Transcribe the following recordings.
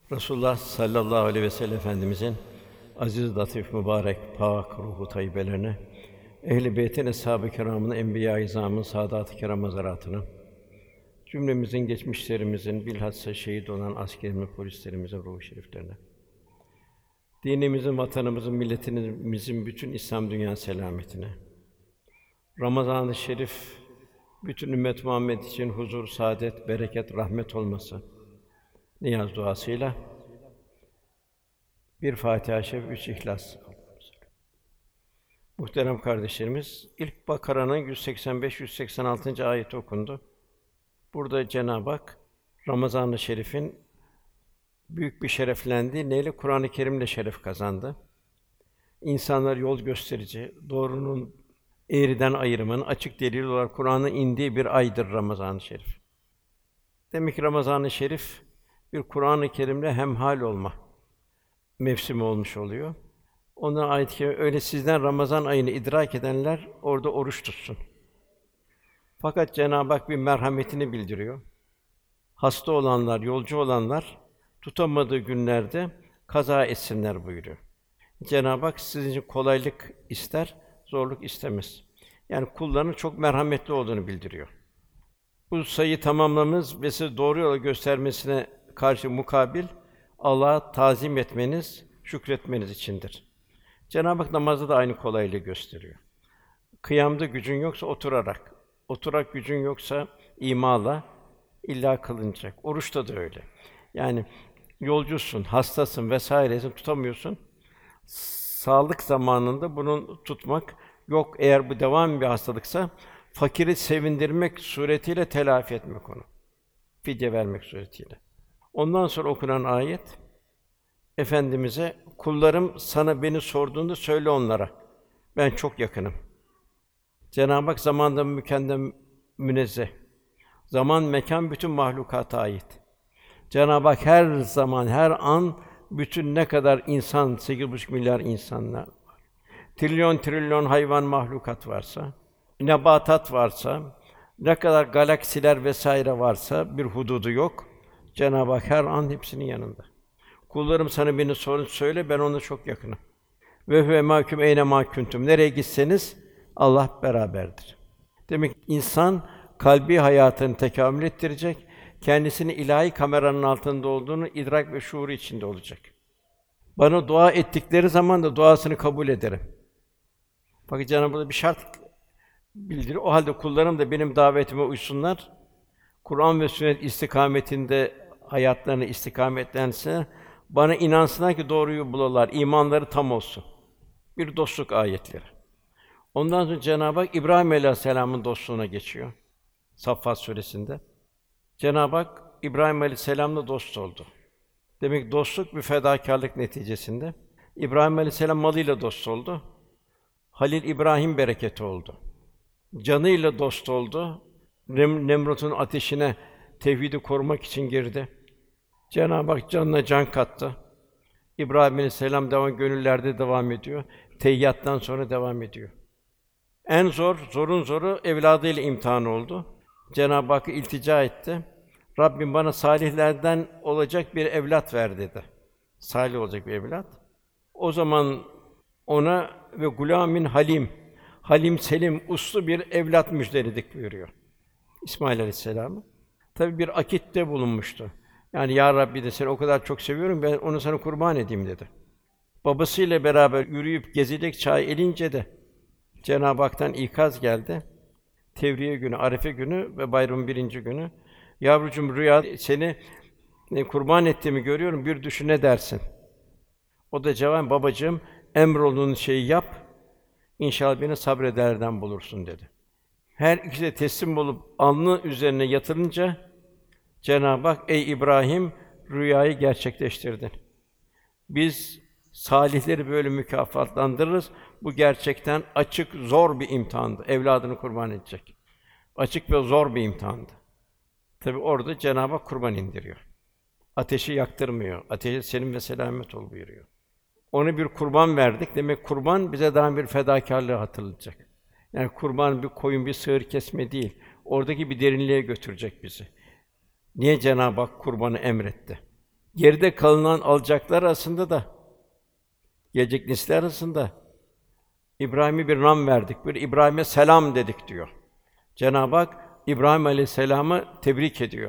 Resulullah sallallahu aleyhi ve sellem Efendimizin aziz, latif, mübarek, pâk ruhu tayyibelerine, ehl-i beytin, eshâb-ı kirâmın, enbiya-i izâmın, sâdât-ı kirâm hazaratına, cümlemizin, geçmişlerimizin, bilhassa şehit olan askerimiz, polislerimizin ruhu şeriflerine, dinimizin, vatanımızın, milletimizin, bütün İslam dünya selametine, Ramazan-ı Şerif bütün ümmet Muhammed için huzur, saadet, bereket, rahmet olması niyaz duasıyla bir Fatiha-i Şerif, 3 İhlas. Muhterem kardeşlerimiz, ilk Bakara'nın 185-186. ayeti okundu. Burada Cenab-ı Hak Ramazan-ı Şerif'in büyük bir şereflendiği, neyle? Kur'an-ı Kerim'le şeref kazandı. İnsanlar yol gösterici, doğrunun eğriden ayrımının açık delili olarak Kur'an'ın indiği bir aydır Ramazan-ı Şerif. Demek ki Ramazan-ı Şerif bir Kur'an-ı Kerim'le hemhâl olma mevsimi olmuş oluyor. Ondan ayet-i kerime, öyle sizden Ramazan ayını idrak edenler orada oruç tutsun. Fakat Cenab-ı Hak bir merhametini bildiriyor. Hasta olanlar, yolcu olanlar tutamadığı günlerde kaza etsinler buyuruyor. Cenab-ı Hak sizin için kolaylık ister, zorluk istemez. Yani kullarının çok merhametli olduğunu bildiriyor. Bu sayıyı tamamlamanız ve sizi doğru yola göstermesine karşı mukabil Allah'a tazim etmeniz, şükretmeniz içindir. Cenab-ı Hak namazda da aynı kolaylığı gösteriyor. Kıyamda gücün yoksa oturarak, oturak gücün yoksa imala illa kılınacak. Oruçta da öyle. Yani yolcusun, hastasın vesairesin, tutamıyorsun. Sağlık zamanında bunu tutmak yok. Eğer bu devam bir hastalıksa fakiri sevindirmek suretiyle telafi etmek onu. Fidye vermek suretiyle. Ondan sonra okunan ayet Efendimiz'e, kullarım sana beni sorduğunda söyle onlara. Ben çok yakınım. Cenab-ı Hak zamandan mükemmel, münezzeh. Zaman, mekan bütün mahlukata ait. Cenab-ı Hak her zaman, her an bütün ne kadar insan, 8,5 milyar insanlar var. Trilyon trilyon hayvan mahlukat varsa, nebatat varsa, ne kadar galaksiler vesaire varsa bir hududu yok. Cenab-ı Hak her an hepsinin yanında. Kullarım sana beni sorun söyle, ben ona çok yakınım. Ve huve mâküm eyne mâ kuntum. Nereye gitseniz Allah beraberdir. Demek ki insan kalbi hayatını tekâmül ettirecek, kendisini ilahi kameranın altında olduğunu idrak ve şuuru içinde olacak. Bana dua ettikleri zaman da duasını kabul ederim. Fakat Cenab-ı Hak bir şart bildiriyor. O halde kullarım da benim davetime uysunlar. Kur'an ve sünnet istikametinde hayatlarını istikametlense, bana inansınlar ki doğruyu bulurlar, imanları tam olsun. Bir dostluk ayetleri. Ondan sonra Cenab-ı Hak İbrahim Aleyhisselam'ın dostluğuna geçiyor. Saffat Suresi'nde. Cenab-ı Hak İbrahim Aleyhisselam'la dost oldu. Demek dostluk bir fedakârlık neticesinde. İbrahim Aleyhisselam malıyla dost oldu. Halil İbrahim bereketi oldu. Canıyla dost oldu. Nemrut'un ateşine tevhidi korumak için girdi. Cenab-ı Hak canına can kattı. İbrahim Aleyhisselam gönüllerde devam ediyor. Teyyattan sonra devam ediyor. En zorun zoru evladıyla imtihan oldu. Cenab-ı Hakk'a iltica etti. Rabbim bana salihlerden olacak bir evlat ver dedi. Salih olacak bir evlat. O zaman ona ve gulâmin halim, halim selim, uslu bir evlat müjdeledik buyuruyor İsmail Aleyhisselam'ı. Tabii bir akitte bulunmuştu. Yani ya Rabbi de seni o kadar çok seviyorum, ben onu sana kurban edeyim dedi. Babasıyla beraber yürüyüp gezilecek çağı elince de Cenab-ı Hak'tan ikaz geldi. Tevriye günü, Arefe günü ve bayramın 1. günü. Yavrucuğum rüya seni kurban ettiğimi görüyorum, bir düşün ne dersin? O da cevap, babacığım emrolunduğun şeyi yap, İnşallah beni sabrederden bulursun dedi. Her ikisi de teslim olup alnı üzerine yatırınca Cenab-ı Hak, ey İbrahim rüyayı gerçekleştirdin. Biz salihleri böyle mükafatlandırırız. Bu gerçekten açık, zor bir imtihandı. Evladını kurban edecek. Açık ve zor bir imtihandı. Tabii orada Cenab-ı Hak kurban indiriyor. Ateşi yaktırmıyor. Ateşe selim ve selamet ol buyuruyor. Ona bir kurban verdik. Demek kurban bize daha bir fedakârlığı hatırlatacak. Yani kurban bir koyun, bir sığır kesme değil. Oradaki bir derinliğe götürecek bizi. Niye Cenab-ı Hak kurbanı emretti? Geride kalınan alacaklar arasında da, gelecek nesiller arasında İbrahim'e bir nam verdik. Bir İbrahim'e selam dedik diyor. Cenab-ı Hak İbrahim Aleyhisselam'ı tebrik ediyor.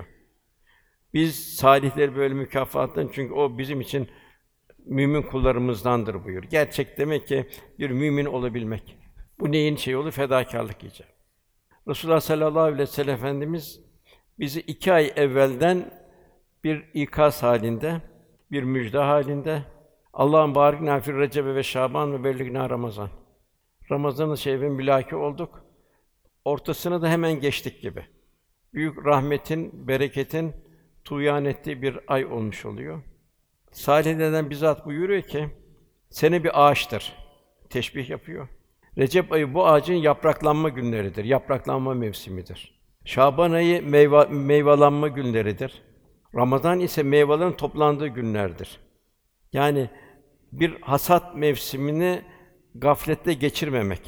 Biz salihleri böyle mükafatlandırın çünkü o bizim için mümin kullarımızdandır buyur. Gerçek demek ki bir mümin olabilmek. Bu neyin şeyi olur? Fedakârlık icabı. Resulullah sallallahu aleyhi ve sellem Efendimiz bizi 2 ay evvelden bir ikaz halinde, bir müjde halinde Allah'ın bârik fî Recep ve Şaban ve bellignâ Ramazan. Ramazan-ı Şerif'in mülâki olduk. Ortasına da hemen geçtik gibi. Büyük rahmetin, bereketin tuğyan ettiği bir ay olmuş oluyor. Salihlerden bizzat buyuruyor ki, sene bir ağaçtır. Teşbih yapıyor. Recep ayı bu ağacın yapraklanma günleridir, yapraklanma mevsimidir. Şaban ayı meyvelanma günleridir. Ramazan ise meyvelerin toplandığı günlerdir. Yani bir hasat mevsimini gaflette geçirmemek.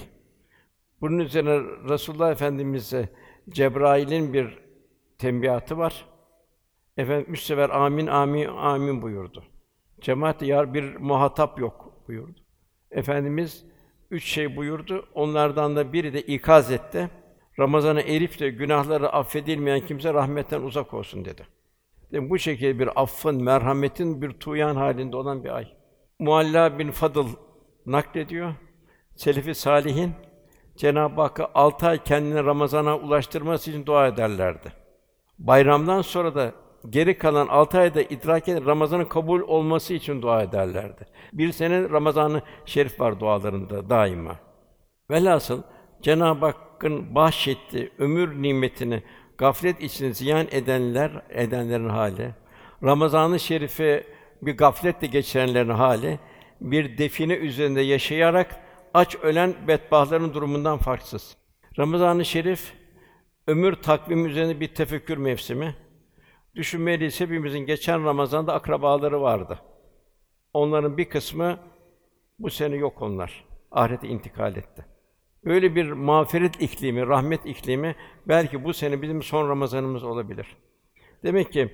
Bunun üzerine Resulullah Efendimiz'e Cebrail'in bir tembihatı var. Efendimiz 3 sefer amin, amin, amin buyurdu. Cemaat yar bir muhatap yok buyurdu. Efendimiz 3 şey buyurdu. Onlardan da biri de ikaz etti. Ramazan'a erip de günahları affedilmeyen kimse rahmetten uzak olsun dedi. Yani bu şekilde bir affın, merhametin bir tuğyan halinde olan bir ay. Mualla bin Fadıl naklediyor. Selef-i sâlihin Cenab-ı Hakk'a 6 ay kendini Ramazan'a ulaştırması için dua ederlerdi. Bayramdan sonra da geri kalan 6 ayda idrak edip Ramazan'ın kabul olması için dua ederlerdi. Bir sene Ramazan-ı Şerif var dualarında daima. Velhasıl Cenab-ı Hakk'ın bahşettiği ömür nimetini gaflet içinde ziyan edenlerin hali, Ramazan-ı Şerif'i bir gafletle geçirenlerin hali, bir define üzerinde yaşayarak aç ölen bedbahtların durumundan farksız. Ramazan-ı Şerif ömür takvimi üzerinde bir tefekkür mevsimi. Düşünmeliyiz, hepimizin geçen Ramazan'da akrabaları vardı. Onların bir kısmı bu sene yok onlar. Ahirete intikal etti. Böyle bir mağfiret iklimi, rahmet iklimi belki bu sene bizim son Ramazanımız olabilir. Demek ki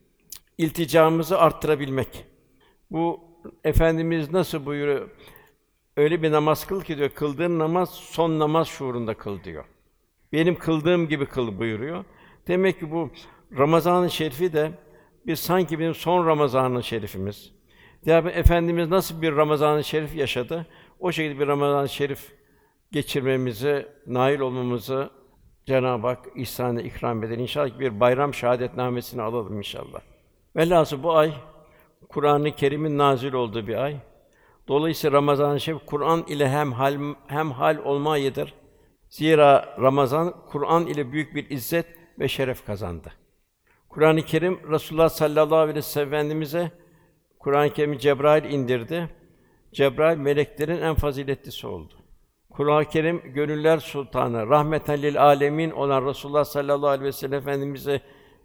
ilticamızı arttırabilmek. Bu Efendimiz nasıl buyuruyor? Öyle bir namaz kıl ki diyor, kıldığın namaz son namaz şuurunda kıl diyor. Benim kıldığım gibi kıl buyuruyor. Demek ki bu Ramazan-ı Şerif'i de biz sanki bizim son Ramazan-ı Şerifimiz. Yani Efendimiz nasıl bir Ramazan-ı Şerif yaşadı? O şekilde bir Ramazan-ı Şerif geçirmemizi, nail olmamızı Cenab-ı Hak ihsan-ı ikram eder. İnşallah bir bayram şahadetnamesini alalım inşallah. Velhâsıl bu ay Kur'an-ı Kerim'in nazil olduğu bir ay. Dolayısıyla Ramazan-ı Şerif Kur'an ile hemhal olma ayıdır. Zira Ramazan Kur'an ile büyük bir izzet ve şeref kazandı. Kur'an-ı Kerim Resulullah sallallahu aleyhi ve sellem Efendimize Kur'an-ı Kerim'i Cebrail indirdi. Cebrail meleklerin en faziletlisi oldu. Kur'an-ı Kerim gönüller sultanı, rahmeten lil âlemin olan Resulullah sallallahu aleyhi ve sellem Efendimize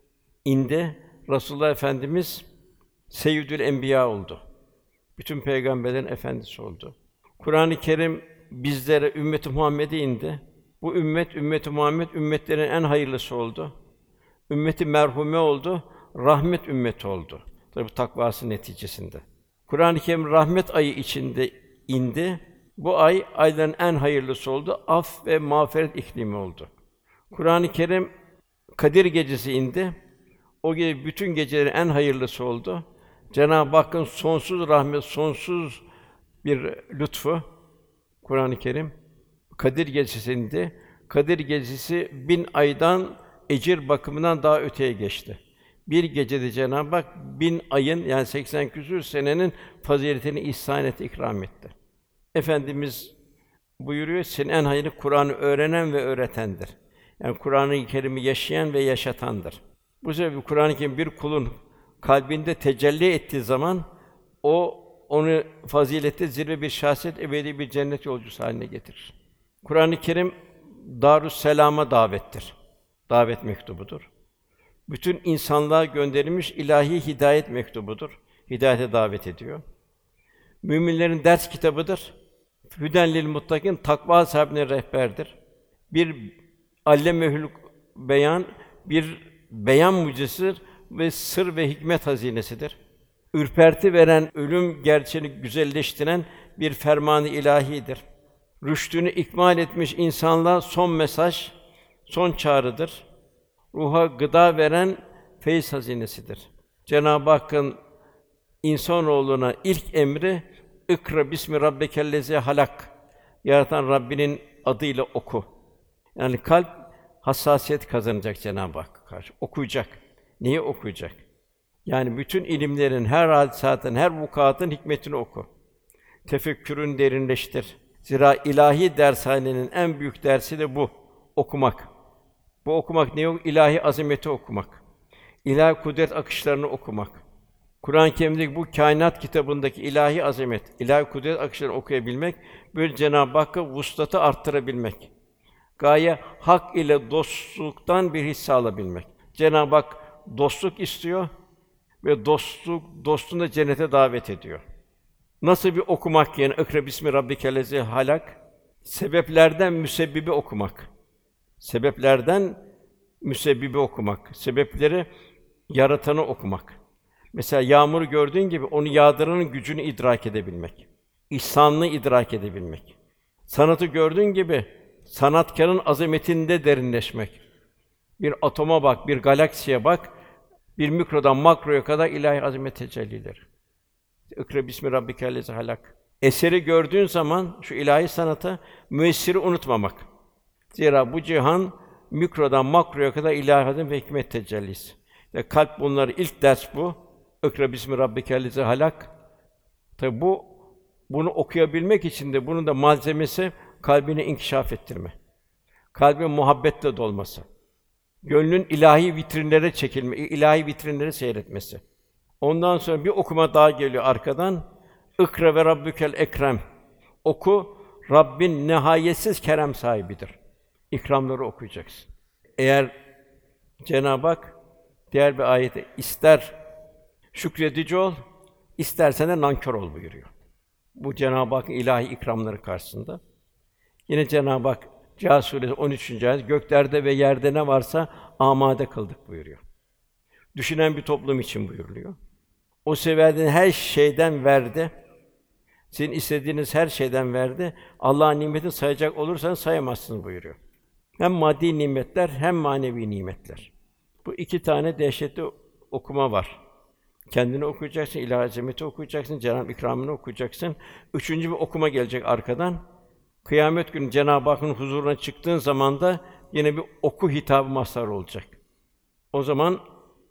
indi. Resulullah Efendimiz Seyyidül Enbiya oldu. Bütün peygamberlerin efendisi oldu. Kur'an-ı Kerim bizlere ümmeti Muhammed'e indi. Bu ümmeti Muhammed ümmetlerin en hayırlısı oldu. Ümmeti merhume oldu, rahmet ümmeti oldu. Tabii bu takvası neticesinde. Kur'an-ı Kerim rahmet ayı içinde indi. Bu ay ayların en hayırlısı oldu. Af ve mağfiret iklimi oldu. Kur'an-ı Kerim Kadir gecesi indi. O gece bütün gecelerin en hayırlısı oldu. Cenab-ı Hakk'ın sonsuz rahmet, sonsuz bir lütfu Kur'an-ı Kerim Kadir gecesi indi. Kadir gecesi 1000 aydan ecir bakımından daha öteye geçti. Bir gecede Cenab-ı Hak 1000 ayın yani 80 küsur senenin faziletini ihsan etti, ikram etti. Efendimiz buyuruyor, senin en hayırlı Kur'an'ı öğrenen ve öğretendir. Yani Kur'an-ı Kerim'i yaşayan ve yaşatandır. Bu sebeple Kur'an-ı Kerim bir kulun kalbinde tecelli ettiği zaman onu fazilette zirve bir şahsiyet, ebedi bir cennet yolcusu haline getirir. Kur'an-ı Kerim Darüsselam'a davettir. Davet mektubudur. Bütün insanlığa gönderilmiş ilahi hidayet mektubudur. Hidayete davet ediyor. Müminlerin ders kitabıdır. Hüden lil muttakin, takva sahibine rehberdir. Bir allemehül beyan, bir beyan mucizesidir ve sır ve hikmet hazinesidir. ürperti veren, ölüm gerçeğini güzelleştiren bir ferman-ı ilahidir. Rüştünü ikmal etmiş insanlığa son mesaj, son çağrıdır. Ruha gıda veren feyz hazinesidir. Cenab-ı Hakk'ın insanoğluna ilk emri "İkra bismi rabbikellezî halak." Yaratan Rabbinin adıyla oku. Yani kalp hassasiyet kazanacak Cenab-ı Hakk'a karşı. Okuyacak. Neyi okuyacak? Yani bütün ilimlerin, her hadisaatın, her vukuatın hikmetini oku. Tefekkürün derinleştir. Zira ilahi dershanenin en büyük dersi de bu, okumak. Bu okumak ne yok? İlahi azameti okumak. İlahi kudret akışlarını okumak. Kur'an-ı Kerim'deki bu kainat kitabındaki ilahi azamet, ilahi kudret akışlarını okuyabilmek, böyle Cenab-ı Hakk'a vuslatı arttırabilmek. Gaye hak ile dostluktan bir hisse alabilmek. Cenab-ı Hak dostluk istiyor ve dostunu da cennete davet ediyor. Nasıl bir okumak yani "İkra bismi rabbikellezî halak"? Sebeplerden müsebbibi okumak. Sebeplerden müsebbibi okumak. Sebepleri yaratanı okumak. Mesela yağmuru gördüğün gibi onu yağdıranın gücünü idrak edebilmek. İhsanını idrak edebilmek. Sanatı gördüğün gibi sanatkarın azametinde derinleşmek. Bir atoma bak, bir galaksiye bak, bir mikrodan makroya kadar ilahi azamet tecellileri. İkra bismi rabbikellezî halak. Eseri gördüğün zaman şu ilahi sanata müessiri unutmamak. Zira bu cihan mikrodan makroya kadar ilahi azamet ve hikmet tecellisi. Ve kalp bunları ilk ders bu. İkra bismi rabbikellezî halak. Tabi bunu okuyabilmek için de bunun da malzemesi kalbini inkişaf ettirme. Kalbin muhabbetle dolması. Gönlün ilahi vitrinlere çekilme, ilahi vitrinleri seyretmesi. Ondan sonra bir okuma daha geliyor arkadan. İkra ve rabbükel ekrem. Oku, Rabbin nihayetsiz kerem sahibidir. İkramları okuyacaksın. Eğer Cenab-ı Hak diğer bir ayette ister şükredici ol, istersen de nankör ol buyuruyor. Bu Cenab-ı Hakk'ın ilahi ikramları karşısında. Yine Cenab-ı Hak Câ Sûresi 13. ayet göklerde ve yerde ne varsa amade kıldık buyuruyor. Düşünen bir toplum için buyuruluyor. O sevdiğin her şeyden verdi. Sizin istediğiniz her şeyden verdi. Allah'ın nimetini sayacak olursanız sayamazsınız buyuruyor. Hem maddi nimetler hem manevi nimetler. Bu iki tane dehşetli okuma var. Kendini okuyacaksın, ilahi azameti okuyacaksın, Cenab-ı ikramını okuyacaksın. Üçüncü bir okuma gelecek arkadan. Kıyamet günü Cenab-ı Hakk'ın huzuruna çıktığın zaman da yine bir oku hitabı mazharı olacak. O zaman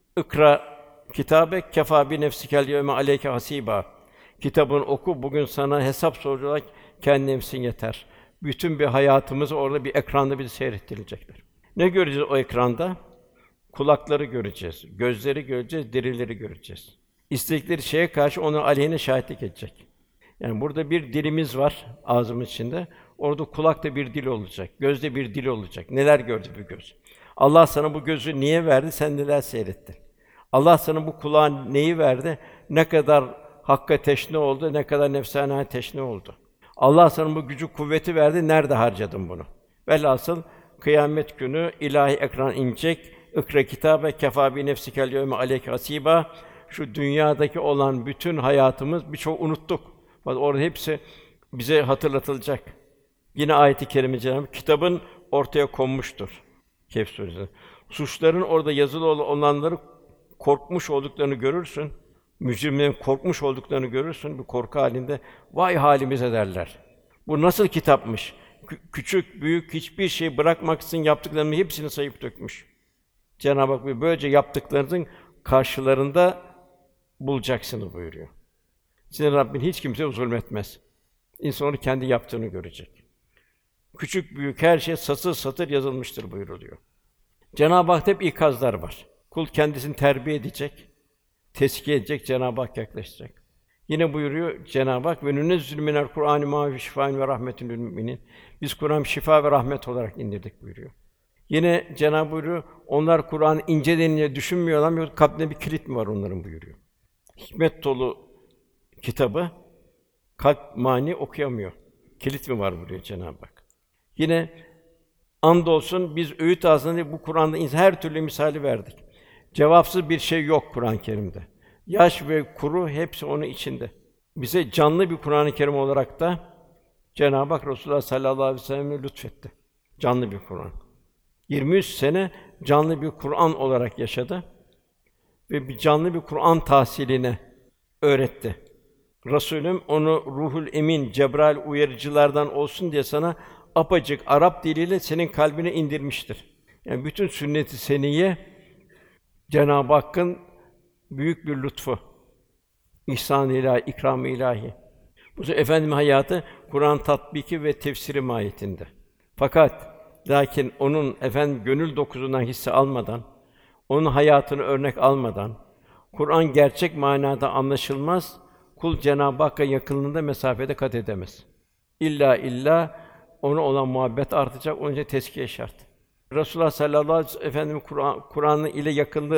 ikra kitabe kefâ bi nefsikel yevme aleyke hasîbâ. Kitabını oku, bugün sana hesap soracak kendi nefsin yeter. Bütün bir hayatımız orada bir ekranda bizi seyrettirilecekler. Ne göreceğiz o ekranda? Kulakları göreceğiz, gözleri göreceğiz, dirileri göreceğiz. İstedikleri şeye karşı onun aleyhine şahitlik edecek. Yani burada bir dilimiz var ağzımız içinde. Orada kulakta bir dil olacak, gözde bir dil olacak. Neler gördü bu göz? Allah sana bu gözü niye verdi? Sen neler seyrettin? Allah sana bu kulağa neyi verdi? Ne kadar hakka teşne oldu, ne kadar nefsâneye teşne oldu? Allah sana bu gücü, kuvveti verdi, nerede harcadın bunu? Velhasıl kıyamet günü ilahi ekran inecek. İkra kitabe kefâ bi nefsikel yevme aleyke hasîbâ. Şu dünyadaki olan bütün hayatımız birçok unuttuk. Fakat orada hepsi bize hatırlatılacak. Yine ayet-i kerime Cenab-ı Hak, kitabın ortaya konmuştur. Kehf suresi. Suçların orada yazılı olanları korkmuş olduklarını görürsün. Mücrimlerin korkmuş olduklarını görürsün. Bir korku halinde vay halimize derler. Bu nasıl kitapmış? Küçük, büyük hiçbir şey bırakmaksızın yaptıklarının hepsini sayıp dökmüş. Cenab-ı Hak böylece yaptıklarınızın karşılarında bulacaksınız buyuruyor. Senin Rabbin hiç kimseye zulmetmez. İnsan onu kendi yaptığını görecek. Küçük büyük her şey satır satır yazılmıştır buyuruluyor. Cenab-ı Hak'ta hep ikazlar var. Kul kendisini terbiye edecek, tezkiye edecek, Cenab-ı Hak yaklaşacak. Yine buyuruyor Cenab-ı Hak ve nünezzilü minel Kur'ani mâ huve şifâun ve rahmetun lil müminin. Biz Kur'an şifa ve rahmet olarak indirdik buyuruyor. Yine Cenab-ı Hak buyuruyor, onlar Kur'an'ı ince denince düşünmüyorlar mı? Kalbinde bir kilit mi var onların buyuruyor. Hikmet dolu kitabı kalp mani okuyamıyor. Kilit mi var buyuruyor Cenab-ı Hak. Yine andolsun biz öğüt ağzında bu Kur'an'da her türlü misali verdik. Cevapsız bir şey yok Kur'an-ı Kerim'de. yaş ve kuru hepsi onun içinde. Bize canlı bir Kur'an-ı Kerim olarak da Cenab-ı Hak Resulullah sallallahu aleyhi ve sellem'e lütfetti. Canlı bir Kur'an. 23 sene canlı bir Kur'an olarak yaşadı ve bir canlı bir Kur'an tahsiline öğretti. Resulüm onu Ruhul Emin, Cebrail uyarıcılardan olsun diye sana apacık Arap diliyle senin kalbine indirmiştir. Yani bütün sünnet-i seniyye Cenab-ı Hakk'ın büyük bir lütfu, ihsan-ı ilahi, ikram-ı ilahi. Bu Efendimiz hayatı Kur'an tatbiki ve tefsiri mahiyetinde. Fakat lakin onun gönül dokuzundan hisse almadan, onun hayatını örnek almadan, Kur'an gerçek manada anlaşılmaz, kul Cenab-ı Hakk'a yakınlığında mesafede kat edemez. İlla ona olan muhabbet artacak, onun için tezkiye şart. Resulullah sallallahu aleyhi ve sellem Kur'an'ı ile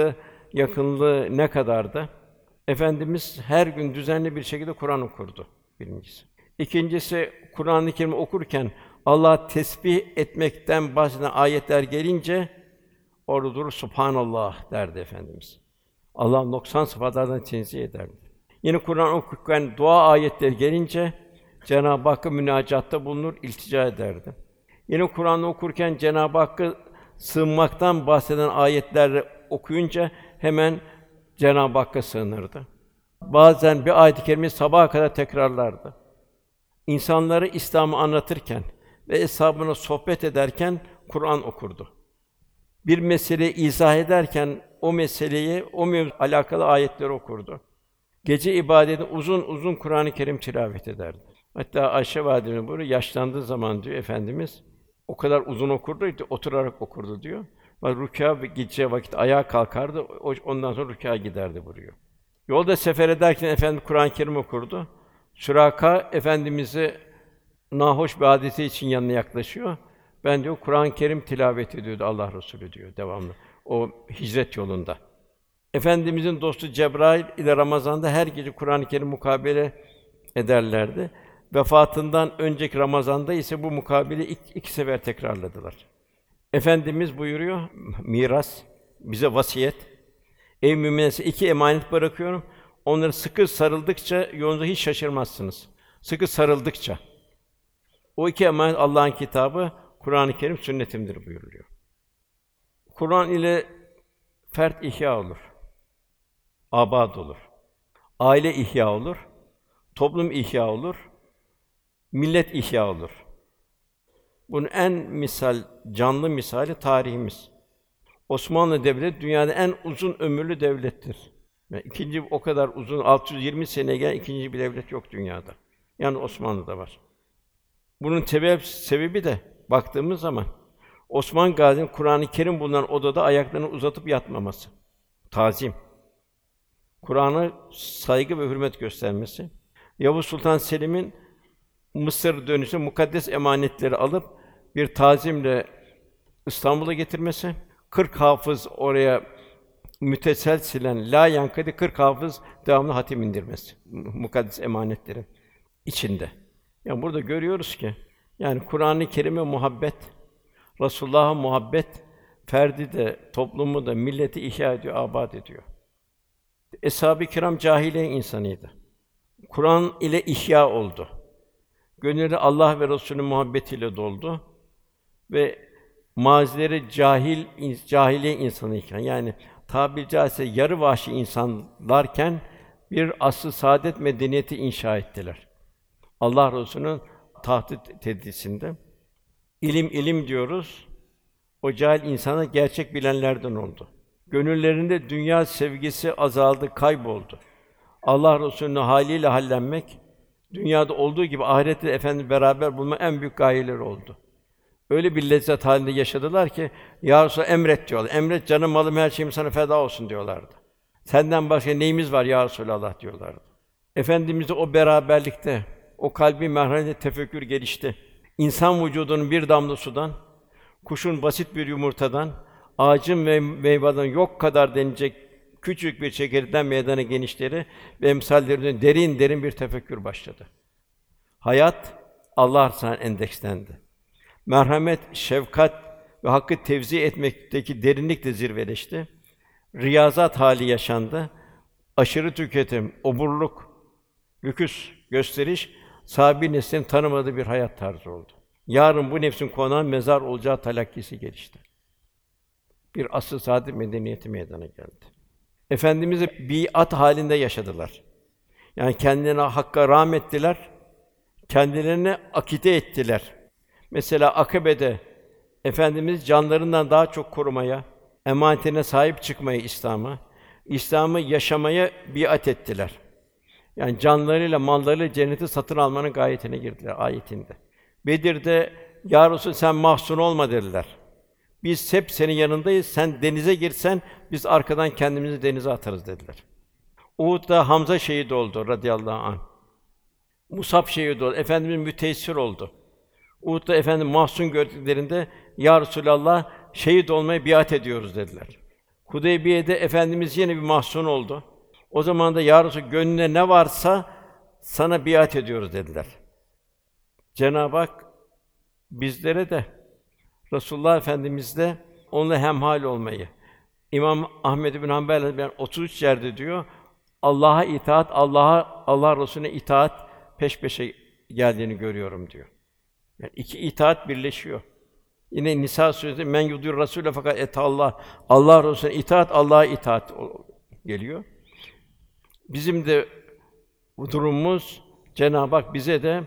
yakınlığı ne kadardı? Efendimiz her gün düzenli bir şekilde Kur'an okurdu birincisi. İkincisi Kur'an-ı Kerim okurken Allah'ı tesbih etmekten bahseden ayetler gelince orada durur Subhanallah derdi Efendimiz. Allah'ın noksan sıfatlardan tenzih ederdi. Yine Kur'an okurken dua ayetleri gelince Cenab-ı Hakk'a münacatta bulunur, iltica ederdi. Yine Kur'an'ı okurken Cenab-ı Hakk'a sığınmaktan bahseden ayetleri okuyunca hemen Cenab-ı Hakk'a sığınırdı. Bazen bir ayet-i kerimeyi sabaha kadar tekrarlardı. İnsanlara İslam'ı anlatırken ve eshabına sohbet ederken Kur'an okurdu. Bir meseleyi izah ederken o meseleyi, o mevzu alakalı ayetleri okurdu. Gece ibadetinde uzun uzun Kur'an-ı Kerim tilavet ederdi. Hatta Ayşe validemiz buyuruyor, yaşlandığı zaman diyor Efendimiz o kadar uzun okurdu ki oturarak okurdu diyor. Rükûa gideceği vakit ayağa kalkardı, ondan sonra rükûa giderdi buyuruyor. Yolda sefer ederken Efendimiz Kur'an-ı Kerim okurdu. Süraka Efendimiz'i nahoş bir hadise için yanına yaklaşıyor. Ben diyor Kur'an-ı Kerim tilavet ediyordu Allah Resulü diyor devamlı. O hicret yolunda. Efendimizin dostu Cebrail ile Ramazan'da her gece Kur'an-ı Kerim mukabele ederlerdi. Vefatından önceki Ramazan'da ise bu mukabeleyi iki sefer tekrarladılar. Efendimiz buyuruyor, miras, bize vasiyet. Ey müminler, size iki emanet bırakıyorum. Onları sıkı sarıldıkça yolunuza hiç şaşırmazsınız. Sıkı sarıldıkça. O iki emanet Allah'ın kitabı, Kur'an-ı Kerim sünnetimdir buyuruluyor. Kur'an ile fert ihya olur. Abad olur. Aile ihya olur. Toplum ihya olur. Millet ihya olur. Bunun en canlı misali tarihimiz. Osmanlı Devleti dünyada en uzun ömürlü devlettir. Yani ikinci o kadar uzun 620 seneye gelen ikinci bir devlet yok dünyada. Yani Osmanlı'da var. Bunun sebebi de baktığımız zaman Osman Gazi'nin Kur'an-ı Kerim bulunan odada ayaklarını uzatıp yatmaması. Tazim. Kur'an'a saygı ve hürmet göstermesi. Yavuz Sultan Selim'in Mısır dönüşü mukaddes emanetleri alıp bir tazimle İstanbul'a getirmesi, 40 hafız oraya müteselsilen la yankadi 40 hafız devamlı hatim indirmesi mukaddes emanetlerin içinde. Yani burada görüyoruz ki yani Kur'an-ı Kerim'e muhabbet, Resulullah'a muhabbet ferdi de, toplumu da, milleti ihya ediyor, abad ediyor. Eshab-ı kiram cahiliye insanıydı. Kur'an ile ihya oldu. Gönülleri Allah ve Resulü'nün muhabbetiyle doldu ve mazileri cahiliye insanıyken yani tabiri caizse yarı vahşi insanlarken bir asr-ı saadet medeniyeti inşa ettiler. Allah Resulü'nün taht-ı tedrisinde ilim diyoruz. O cahil insana gerçek bilenlerden oldu. Gönüllerinde dünya sevgisi azaldı, kayboldu. Allah Resulü'nün haliyle hallenmek, dünyada olduğu gibi ahirette Efendimizle beraber bulma en büyük gayeleri oldu. Öyle bir lezzet halinde yaşadılar ki, Ya Resulallah emret diyorlar. Emret canım, malım, her şeyim sana feda olsun diyorlardı. Senden başka neyimiz var ya Resulallah diyorlardı. Efendimizle o beraberlikte, o kalbi merhametle tefekkür gelişti. İnsan vücudunun bir damla sudan, kuşun basit bir yumurtadan, ağacın ve meyveden yok kadar denilecek küçük bir çekirdeğinden meydana genişleri ve emsallerine derin bir tefekkür başladı. Hayat Allah Resulü'ne endekslendi. Merhamet, şefkat ve hakkı tevzi etmekteki derinlik de zirveleşti. Riyazat hali yaşandı. Aşırı tüketim, oburluk, lüküs, gösteriş, sahabi neslin tanımadığı bir hayat tarzı oldu. Yarın bu nefsin konağı mezar olacağı talakkisi gelişti. Bir asr-ı saadet medeniyeti meydana geldi. Efendimiz'e biat halinde yaşadılar. Yani kendilerine hakka rağmettiler, kendilerini akide ettiler. Mesela Akabe'de Efendimiz canlarından daha çok korumaya, emanetine sahip çıkmaya İslam'ı yaşamaya biat ettiler. Yani canlarıyla, mallarıyla cenneti satın almanın gayetine girdiler ayetinde. Bedir'de "Ya Resulallah, sen mahzun olma." dediler. "Biz hep senin yanındayız. Sen denize girsen biz arkadan kendimizi denize atarız." dediler. Uhud'da Hamza şehit oldu radıyallahu anh. Musab şehit oldu. Efendimiz müteessir oldu. Uhud'da Efendimiz mahzun gördüklerinde "Ya Resulallah, şehit olmaya biat ediyoruz." dediler. Hudeybiye'de Efendimiz yine bir mahzun oldu. O zaman da "Ya Resulallah, gönlüne ne varsa sana biat ediyoruz." dediler. Cenab-ı Hak bizlere de Resulullah Efendimiz'le onunla hemhâl olmayı. İmam Ahmed bin Hanbel ben 33 yerde diyor, Allah'a itaat, Allah Resulüne itaat peş peşe geldiğini görüyorum diyor. Yani iki itaat birleşiyor. Yine Nisa suresinde men yudur Rasûle fakat Allah Resulüne itaat, Allah'a itaat geliyor. Bizim de bu durumumuz Cenab-ı Hak bize de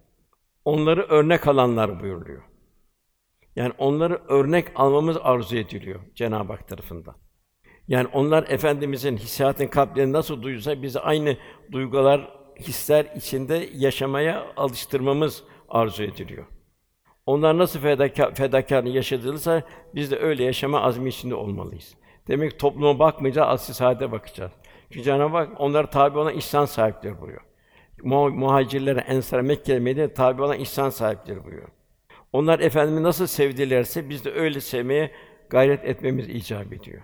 onları örnek alanlar buyuruyor. Yani onları örnek almamız arzu ediliyor Cenab-ı Hak tarafından. Yani onlar Efendimizin hissiyatını kalplerini nasıl duysa bizi aynı duygular, hisler içinde yaşamaya alıştırmamız arzu ediliyor. Onlar nasıl fedakârlık yaşadıysa biz de öyle yaşama azmi içinde olmalıyız. Demek ki topluma bakmayacağız, asl-ı saadete bakacağız. Çünkü Cenab-ı Hak onlara tabi olan ihsan sahipleri buyuruyor. Muhacirlere, Ensar'a, Mekke'ye, Medine'ye tabi olan ihsan sahipleri buyuruyor. Onlar Efendimizi nasıl sevdilerse biz de öyle sevmeye gayret etmemiz icap ediyor.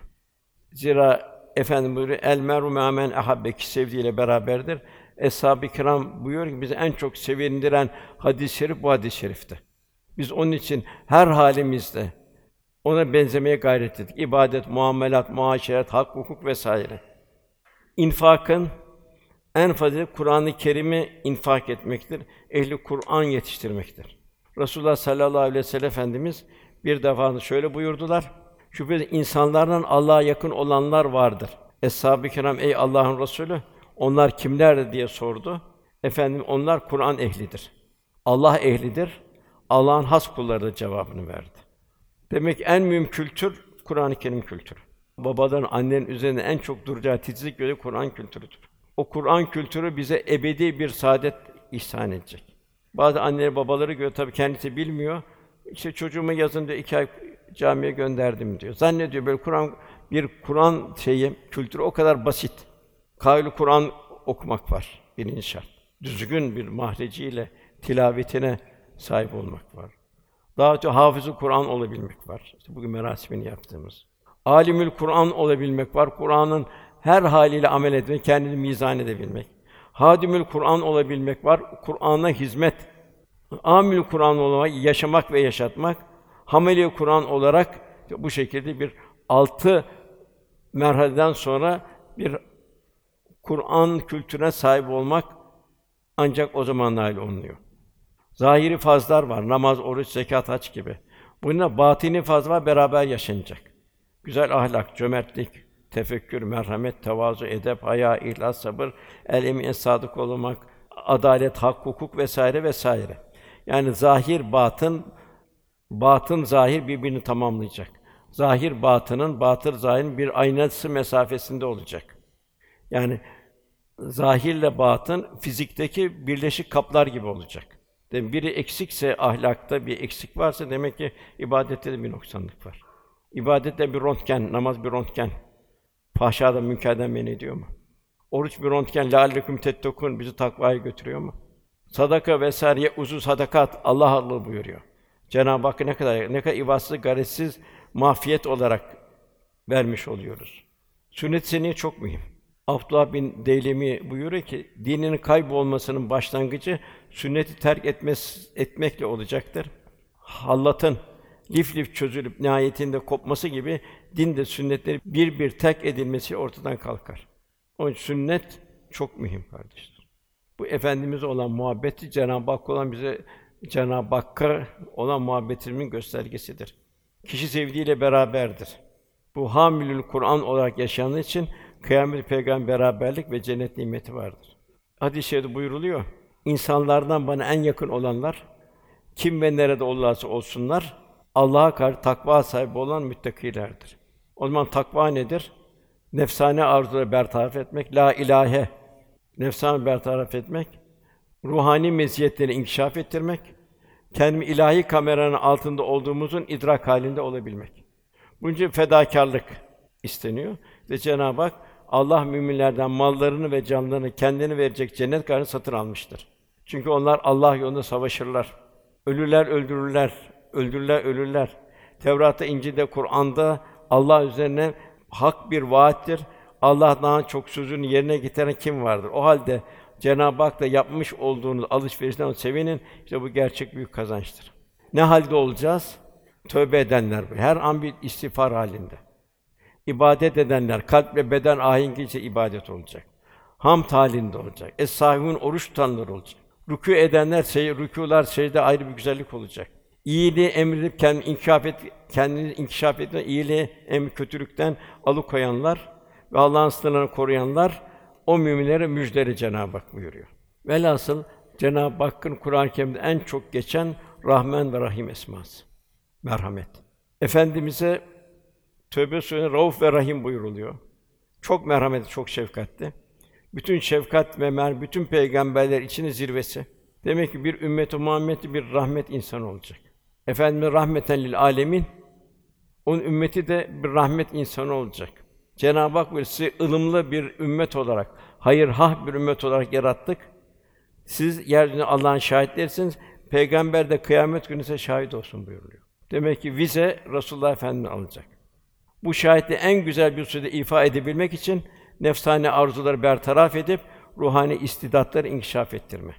Zira Efendimiz buyuruyor, "El meru me'a men ahabbe" ki sevdiğiyle beraberdir. Eshab-ı kiram buyuruyor ki bizi en çok sevindiren hadis-i şerif bu hadis-i şerifte. Biz onun için her halimizde ona benzemeye gayret ettik. İbadet, muamelat, muaşeret, hak, hukuk vesaire. İnfakın en faziletli Kur'an-ı Kerim'i infak etmektir. Ehli Kur'an yetiştirmektir. Resulullah sallallahu aleyhi ve sellem Efendimiz bir defa şöyle buyurdular: "Şüphesiz insanlardan Allah'a yakın olanlar vardır." Eshab-ı kiram, "Ey Allah'ın Resulü, onlar kimlerdir?" diye sordu. Efendim, "Onlar Kur'an ehlidir. Allah ehlidir. Allah'ın has kullarıdır." cevabını verdi. Demek ki en mühim kültür Kur'an-ı Kerim kültürü. Babaların, annenin üzerinde en çok duracağı titizlik göre Kur'an kültürüdür. O Kur'an kültürü bize ebedi bir saadet ihsan edecek. Bazı anneleri, babaları göre tabii kendisi bilmiyor. İşte çocuğumu yazın diyor, 2 ay camiye gönderdim diyor. Zannediyor böyle Kur'an kültürü o kadar basit. Kâlû Kur'an okumak var birinci şart. Düzgün bir mahreciyle tilavetine sahip olmak var. Daha çok hafız-ı Kur'an olabilmek var. İşte bugün merasimini yaptığımız. Âlimül Kur'an olabilmek var. Kur'an'ın her haliyle amel etmek, kendini mizan edebilmek. Hâdimül Kur'an olabilmek var. Kur'an'a hizmet. Âmilü Kur'an olarak yaşamak ve yaşatmak. Hameli Kur'an olarak bu şekilde bir 6 merhaleden sonra bir Kur'an kültürüne sahip olmak ancak o zaman nail olunuyor. Zahiri fazlar var. Namaz, oruç, zekat, hac gibi. Bununla batini faz var, beraber yaşanacak. Güzel ahlak, cömertlik, tefekkür, merhamet, tevazu, edep, haya, ihlas, sabır, el-emin, sadık olmak, adalet, hak, hukuk vesaire vesaire. Yani zahir, batın zahir birbirini tamamlayacak. Zahir batının, batın zahirin bir aynası mesafesinde olacak. Yani zahirle batın fizikteki birleşik kaplar gibi olacak. Demek biri eksikse ahlakta bir eksik varsa demek ki ibadette de bir noksanlık var. İbadette bir röntgen, namaz bir röntgen. Fahşadan, münkerden men ediyor mu? Oruç bir röntgen, lâalleküm tettekûn bizi takvaya götürüyor mu? Sadaka vesaire uzun sadakat Allah buyuruyor. Cenab-ı Hakk'a ne kadar ibadsız, garetsiz, mafiyet olarak vermiş oluyoruz. Sünnet-i seniyye çok mühim. Abdullah bin Deylemi buyuruyor ki dininin kaybolmasının başlangıcı sünneti terk etmekle olacaktır. Hallatın lif lif çözülüp nihayetinde kopması gibi din de sünnetleri bir terk edilmesi ortadan kalkar. Onun için sünnet çok mühim kardeşler. Bu Efendimiz'e olan muhabbeti, Cenab-ı Hakk'a olan Cenab-ı Hakk'a olan muhabbetimin göstergesidir. Kişi sevdiğiyle beraberdir. Bu hamilül Kur'an olarak yaşayanlar için kıyamet peygamber beraberlik ve cennet nimeti vardır. Hadis-i şerifte buyruluyor. İnsanlardan bana en yakın olanlar kim ve nerede olurlarsa olsunlar Allah'a karşı takva sahibi olan müttakilerdir. O zaman takva nedir? Nefsane arzuları bertaraf etmek, la ilahe, nefsane bertaraf etmek, ruhani meziyetleri inkişaf ettirmek, kendimi ilahi kameranın altında olduğumuzun idrak halinde olabilmek. Bunun için fedakârlık isteniyor ve Cenab-ı Hak Allah müminlerden mallarını ve canlarını kendini verecek cennet karşılığında satın almıştır. Çünkü onlar Allah yolunda savaşırlar. Ölürler, öldürürler, öldürürler, ölürler. Tevrat'ta, İncil'de, Kur'an'da Allah üzerine hak bir vaattir. Allah'tan çok sözünü yerine getiren kim vardır? O halde Cenab-ı Hak'la yapmış olduğunuz alışverişten sevinin. İşte bu gerçek büyük kazançtır. Ne halde olacağız? Tövbe edenler bu. Her an bir istiğfar halinde. İbadet edenler, kalp ve beden ahengiyle ibadet olacak. Hamd halinde olacak. Es-sâhûn oruç tutanlar olacak. Rükû edenler, rükûlar, secde ayrı bir güzellik olacak. İyiliği emredip kendini inkişaf etme, iyiliği kötülükten alıkoyanlar ve Allah'ın sınırlarını koruyanlar o müminlere müjdeli Cenab-ı Hak buyuruyor. Velhasıl Cenab-ı Hakk'ın Kur'an-ı Kerim'de en çok geçen Rahman ve Rahim esması. Merhamet. Efendimize Tövbe Sûresinde Rauf ve Rahim buyuruluyor. Çok merhametli, çok şefkatli. Bütün şefkat ve bütün peygamberler içinin zirvesi. Demek ki bir ümmet-i Muhammed'i bir rahmet insanı olacak. Efendimiz rahmeten lil âlemin, onun ümmeti de bir rahmet insanı olacak. Cenab-ı Hak sizi ılımlı bir ümmet olarak, hayırhah bir ümmet olarak yarattık. Siz yeryüzünde Allah'ın şahitlerisiniz. Peygamber de kıyamet günü size şahit olsun buyuruluyor. Demek ki vize Resulullah Efendimiz alacak. Bu şahitliği en güzel bir sürede ifa edebilmek için nefsane arzuları bertaraf edip ruhani istidatları inkişaf ettirme.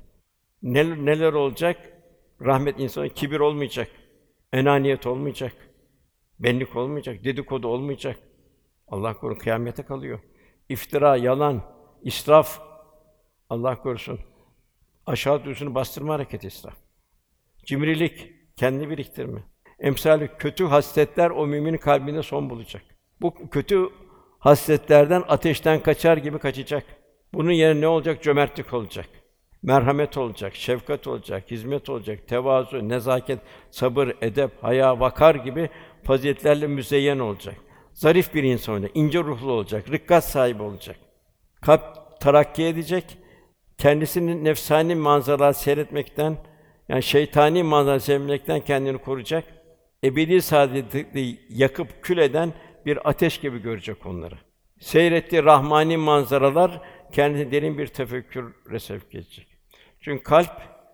Neler olacak? Rahmet insanı kibir olmayacak, enaniyet olmayacak, benlik olmayacak, dedikodu olmayacak. Allah korusun kıyamete kalıyor. İftira, yalan, israf, Allah korusun. Aşağı duyusunu bastırma hareketi israf. Cimrilik, kendi biriktirme. Emsâlü kötü hasletler o müminin kalbinde son bulacak. Bu kötü hasletlerden ateşten kaçar gibi kaçacak. Bunun yerine ne olacak? Cömertlik olacak. Merhamet olacak, şefkat olacak, hizmet olacak, tevazu, nezaket, sabır, edep, haya, vakar gibi faziletlerle müzeyyen olacak. Zarif bir insan olacak, ince ruhlu olacak, rikkat sahibi olacak. Kalp terakki edecek, kendisini nefsani manzaralar seyretmekten, yani şeytani manzaralar seyretmekten kendini koruyacak. Ebedi saadeti yakıp kül eden bir ateş gibi görecek onları. Seyrettiği rahmani manzaralar kendisine derin bir tefekküre sevk edecek. Çünkü kalp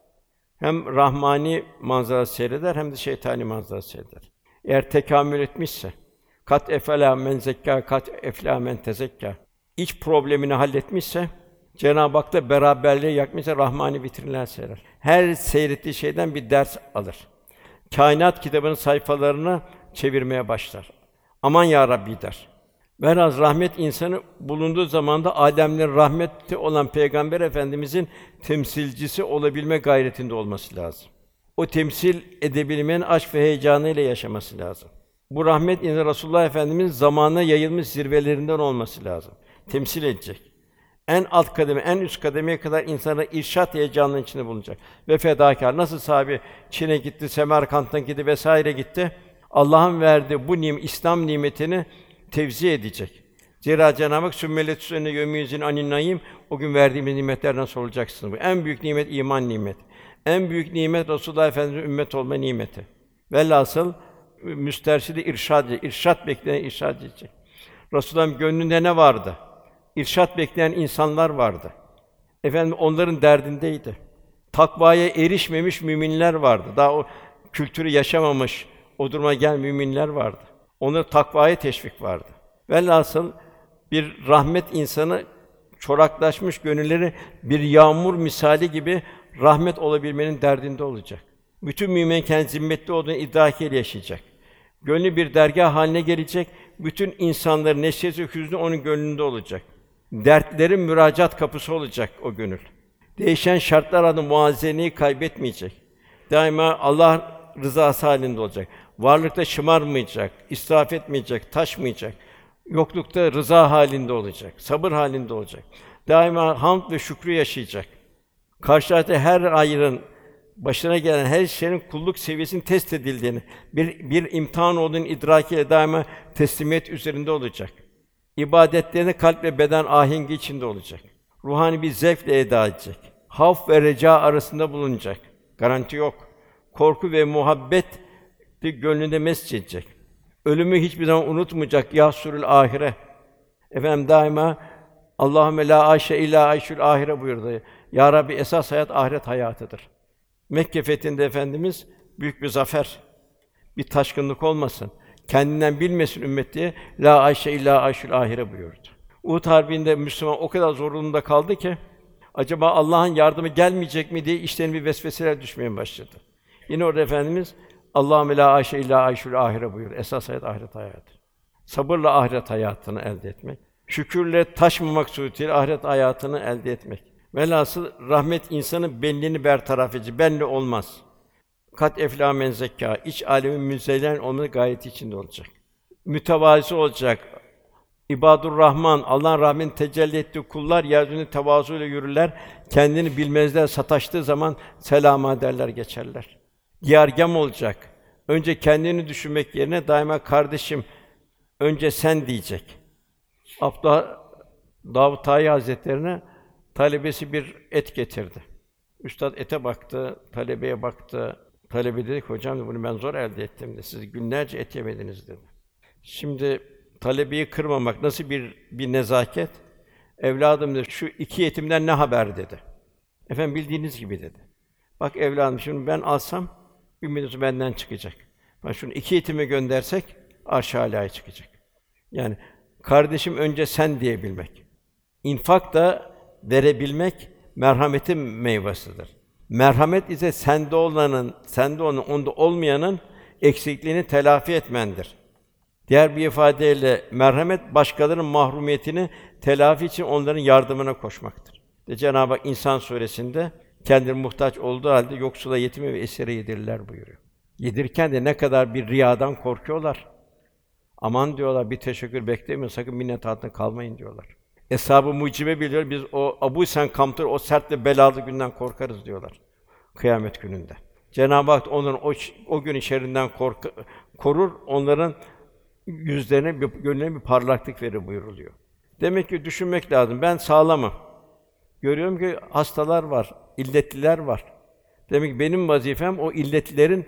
hem rahmani manzara seyreder hem de şeytani manzara seyreder. Eğer tekamül etmişse, kat efela men zekka, kat efla men tezekka, iç problemini halletmişse, Cenab-ı Hak'la beraberliği yakmışsa rahmani vitrinler seyrer. Her seyrettiği şeyden bir ders alır. Kainat kitabının sayfalarını çevirmeye başlar. Aman ya Rabbi der. Velhâsıl rahmet insanı bulunduğu zamanda âlemlerin rahmeti olan Peygamber Efendimizin temsilcisi olabilme gayretinde olması lazım. O temsil edebilmenin aşk ve heyecanıyla yaşaması lazım. Bu rahmet insanı Resulullah Efendimiz'in zamanına yayılmış zirvelerinden olması lazım. Temsil edecek. En alt kademe, en üst kademeye kadar insana irşad heyecanının içinde bulunacak ve fedakâr. Nasıl sahabe Çin'e gitti, Semerkant'a gitti vesaire gitti. Allah'ın verdiği bu İslam nimetini tevzi edecek. Zira Cenab-ı Hak sümmelet üstüne yömyüzün anin naim, o gün verdiğimiz nimetlerden sorulacaksınız. Bu en büyük nimet iman nimeti. En büyük nimet Resulullah Efendimiz'in ümmet olma nimeti. Velhasıl müsterşidi irşad bekleyen irşad edecek. Resulullah'ın gönlünde ne vardı? İrşad bekleyen insanlar vardı. Efendim onların derdindeydi. Takvaya erişmemiş müminler vardı. Daha o kültürü yaşamamış, o duruma gelen müminler vardı. Onlara takvaya teşvik vardı. Velhasıl bir rahmet insanı çoraklaşmış gönülleri bir yağmur misali gibi rahmet olabilmenin derdinde olacak. Bütün mümin kendi zimmetli olduğunu idrakiyle yaşayacak. Gönlü bir dergâh haline gelecek. Bütün insanların neşesi, hüznü onun gönlünde olacak. Dertlerin müracaat kapısı olacak o gönül. Değişen şartlar altında muvazeneyi kaybetmeyecek. Daima Allah rızası halinde olacak. Varlıkta şımarmayacak, israf etmeyecek, taşmayacak. Yoklukta rıza halinde olacak, sabır halinde olacak. Daima hamd ve şükrü yaşayacak. Karşılaştığı her ayrın başına gelen her şeyin kulluk seviyesinin test edildiğini, bir imtihan olduğunu idrakiyle daima teslimiyet üzerinde olacak. İbadetlerinde kalp ve beden ahengi içinde olacak. Ruhani bir zevkle eda edecek. Havf ve reca arasında bulunacak. Garanti yok. Korku ve muhabbet de gönlünde mescid edecek. Ölümü hiçbir zaman unutmayacak. Yahsurul ahire. Efendim daima Allahümme la ayşe illa ayşul ahire buyurdu. Ya Rabbi esas hayat ahiret hayatıdır. Mekke fethinde Efendimiz büyük bir zafer. Bir taşkınlık olmasın. Kendinden bilmesin ümmet diye la ayşe illa ayşul ahire buyurdu. Uhud Harbi'nde Müslüman o kadar zor durumda kaldı ki acaba Allah'ın yardımı gelmeyecek mi diye içlerine bir vesveseler düşmeye başladı. Yine orada Efendimiz Allahümme la ayşe illa ayşul ahire buyuruyor. Esas hayat ahiret hayatı. Sabırla ahiret hayatını elde etmek. Şükürle taşmamak suretiyle ahiret hayatını elde etmek. Velhasıl rahmet insanın benliğini bertaraf edici. Benli olmaz. Kat eflâ men zekkâ. İç âlemin müzeyyen olmanın gayeti içinde olacak. Mütevazı olacak. İbadur Rahman, Allah'ın rahmetinin tecelli ettiği kullar yeryüzünde tevazuyla yürürler. Kendini bilmezler, sataştığı zaman selâma derler geçerler. Diyargâm olacak. Önce kendini düşünmek yerine daima kardeşim önce sen diyecek. Abdullah Davud Tayi Hazretlerine talebesi bir et getirdi. Üstad ete baktı, talebeye baktı. Talebe dedi ki, hocam bunu ben zor elde ettim dedi. Siz günlerce et yemediniz dedi. Şimdi talebeyi kırmamak nasıl bir nezaket? Evladım dedi, şu iki etimden ne haber dedi. Efendim bildiğiniz gibi dedi. Bak evladım şimdi ben alsam ümidiniz benden çıkacak. Bak şunu iki etime göndersek arş-ı alâya çıkacak. Yani kardeşim önce sen diyebilmek. İnfak da verebilmek merhametin meyvesidir. Merhamet ise sende olanın, onda olmayanın eksikliğini telafi etmendir. Diğer bir ifadeyle merhamet başkalarının mahrumiyetini telafi için onların yardımına koşmaktır. Cenab-ı Hak İnsan suresinde kendileri muhtaç olduğu halde yoksula, yetime ve esire yedirirler buyuruyor. Yedirken de ne kadar bir riyadan korkuyorlar. Aman diyorlar bir teşekkür beklemiyor, sakın minnet altında kalmayın diyorlar. Eshab-ı mucibe biliyor, biz o Abu Sen Kamtır, o sert ve belalı günden korkarız diyorlar. Kıyamet gününde. Cenab-ı Hak onların o günün şerrinden korur, onların yüzlerine, gönlüne bir parlaklık verir buyuruluyor. Demek ki düşünmek lazım. Ben sağlamım. Görüyorum ki hastalar var, illetliler var. Demek ki benim vazifem o illetlilerin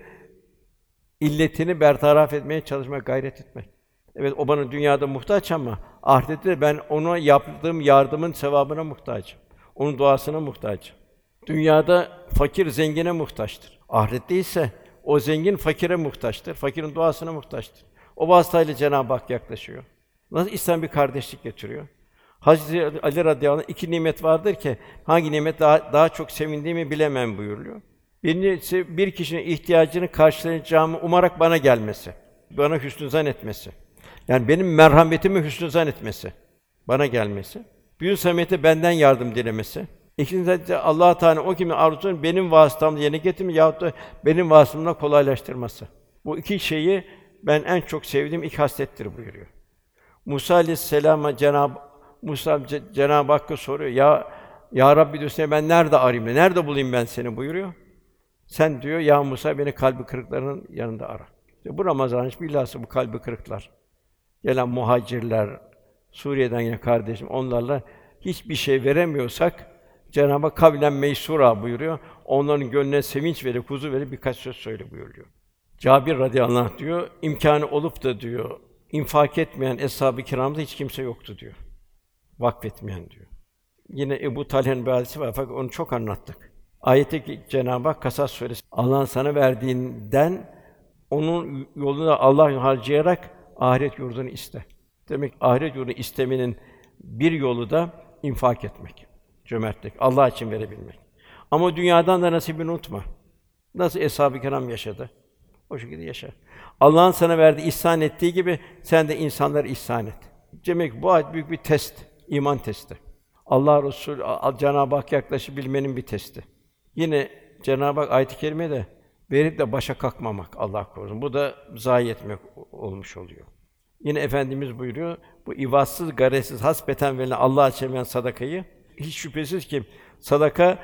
illetini bertaraf etmeye çalışmak, gayret etmek. Evet, o bana dünyada muhtaç ama ahirette de ben ona yaptığım yardımın sevabına muhtacım. Onun duasına muhtacım. Dünyada fakir zengine muhtaçtır. Ahirette ise o zengin fakire muhtaçtır. Fakirin duasına muhtaçtır. O vasıtayla Cenab-ı Hak yaklaşıyor. Nasıl İslam bir kardeşlik getiriyor? Hazreti Ali radıyallahu anh iki nimet vardır ki hangi nimet daha çok sevindiğimi bilemem buyuruluyor. Birincisi bir kişinin ihtiyacını karşılayacağımı umarak bana gelmesi, bana hüsnü zan etmesi. Yani benim merhametimi hüsnü zan etmesi, bana gelmesi. Büyük samimiyete benden yardım dilemesi. İkincisi de Allah Teala o kimin arzusunu benim vasıtamla yerine getirmesi yahut da benim vasıtamla kolaylaştırması. Bu iki şeyi ben en çok sevdiğim iki haslettir buyuruyor. Musa aleyhisselama Cenab-ı Hakk'a soruyor. Ya Rabbi diyor, seni ben nerede arayayım? Nerede bulayım ben seni buyuruyor. Sen diyor ya Musa beni kalbi kırıklarının yanında ara. İşte bu Ramazan bilhassa bu kalbi kırıklar. Gelen muhacirler, Suriye'den gelen kardeşim onlarla hiçbir şey veremiyorsak Cenab-ı Hak kavlen meysura buyuruyor. Onların gönlüne sevinç verir, huzur verir birkaç söz söyle buyuruyor. Cabir radıyallahu anh diyor, imkânı olup da diyor, infak etmeyen eshab-ı kiramda hiç kimse yoktu diyor. Vakfetmeyen diyor. Yine Ebu Talhe'nin bir hadisi var fakat onu çok anlattık. Ayette Cenab-ı Hak Kasas suresi Allah'ın sana verdiğinden onun yolunda Allah harcayarak ahiret yurdunu iste. Demek ahiret yurdunu istemenin bir yolu da infak etmek, cömertlik, Allah için verebilmek. Ama dünyadan da nasibini unutma. Nasıl eshab-ı kiram yaşadı? O şekilde yaşa. Allah'ın sana verdiği, ihsan ettiği gibi sen de insanlara ihsan et. Demek bu ayet büyük bir test. İman testi. Allah Resulü Cenab-ı Hak yaklaşabilmenin bir testi. Yine Cenab-ı Hak ayet-i kerimede verip de başa kalkmamak, Allah korusun. Bu da zayi etmek olmuş oluyor. Yine Efendimiz buyuruyor, bu ivazsız, garezsiz, hasbeten verilen Allah'a çeviren sadakayı, hiç şüphesiz ki sadaka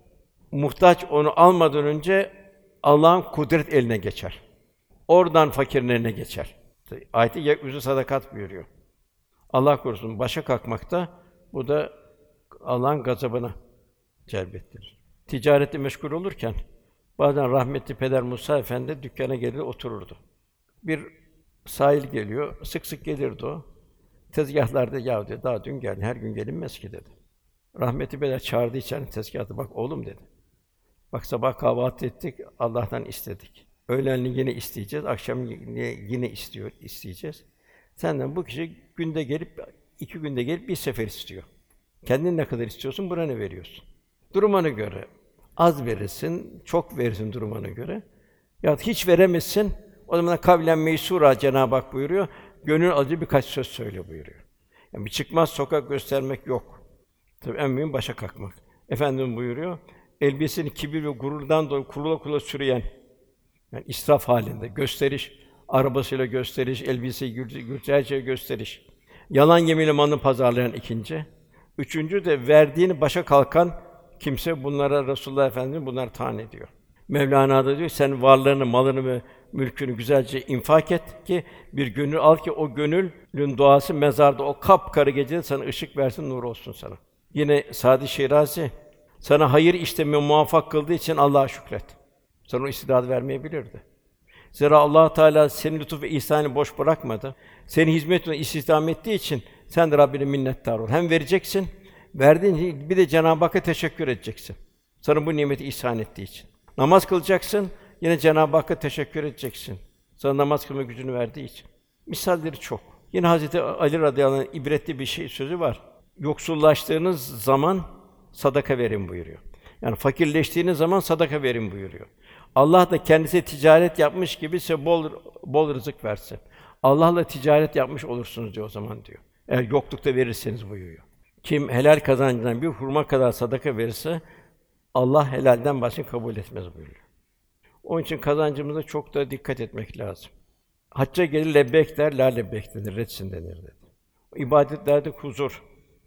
muhtaç onu almadan önce Allah'ın kudret eline geçer. Oradan fakirin eline geçer. Ayet-i yeryüzü sadakat buyuruyor. Allah korusun başa kalkmakta, bu da Allah'ın gazabına celbettirir. Ticarette meşgul olurken bazen rahmetli Peder Musa Efendi dükkâna gelir otururdu. Bir sahil geliyor, sık sık gelirdi o. Tezgâhlarda "Ya" dedi, "daha dün geldin, her gün gelinmez ki." dedi. Rahmetli Peder çağırdı içeri tezgâhta, "Bak oğlum" dedi. "Bak sabah kahvaltı ettik, Allah'tan istedik. Öğlenleyin yine isteyeceğiz, akşam yine isteyeceğiz. Senden bu kişi günde gelip, 2 günde gelip bir sefer istiyor. Kendin ne kadar istiyorsun, buna ne veriyorsun? Durumuna göre az verirsin, çok verirsin durumuna göre. Yahut hiç veremezsin, o zaman kavlen meysûrâ Cenab-ı Hak buyuruyor. Gönül alıcı birkaç söz söyle buyuruyor. Yani bir çıkmaz sokak göstermek yok. Tabii en mühim başa kalkmak. Efendimiz buyuruyor, elbisesini kibir ve gururdan dolayı kurula kurula sürüyen, yani israf halinde, gösteriş, arabasıyla gösteriş, elbiseyi her şeyi gösteriş. Yalan yeminle malını pazarlayan ikinci. Üçüncü de verdiğini başa kalkan kimse, bunlara Resulullah Efendimiz bunlar taan ediyor. Mevlana da diyor, sen varlığını, malını ve mülkünü güzelce infak et ki bir gönül al ki o gönülün duası mezarda o kapkara gecede sana ışık versin, nur olsun sana. Yine Sâd-ı Şirazi, sana hayır işlemeye muvaffak kıldığı için Allah'a şükret. Sana o istidadı vermeyebilirdi. Zira Allah Teala senin lütuf ve ihsanını boş bırakmadı. Seni hizmetine istihdam ettiği için sen de Rabbine minnettar ol. Hem vereceksin, verdiğin için bir de Cenab-ı Hakk'a teşekkür edeceksin. Sana bu nimeti ihsan ettiği için. Namaz kılacaksın, yine Cenab-ı Hakk'a teşekkür edeceksin. Sana namaz kılma gücünü verdiği için. Misalleri çok. Yine Hazreti Ali radıyallahu anh ibretli bir sözü var. Yoksullaştığınız zaman sadaka verin buyuruyor. Yani fakirleştiğiniz zaman sadaka verin buyuruyor. Allah da kendisi ticaret yapmış gibi size bol rızık versin. Allah'la ticaret yapmış olursunuz diyor o zaman diyor. Eğer yoklukta verirseniz buyuruyor. Kim helal kazancından bir hurma kadar sadaka verirse Allah helalden başını kabul etmez buyuruyor. Onun için kazancımıza çok da dikkat etmek lazım. Hacca gelir lebbeyk der, la lebbeyk denir, retsin denir dedi. İbadetlerde huzur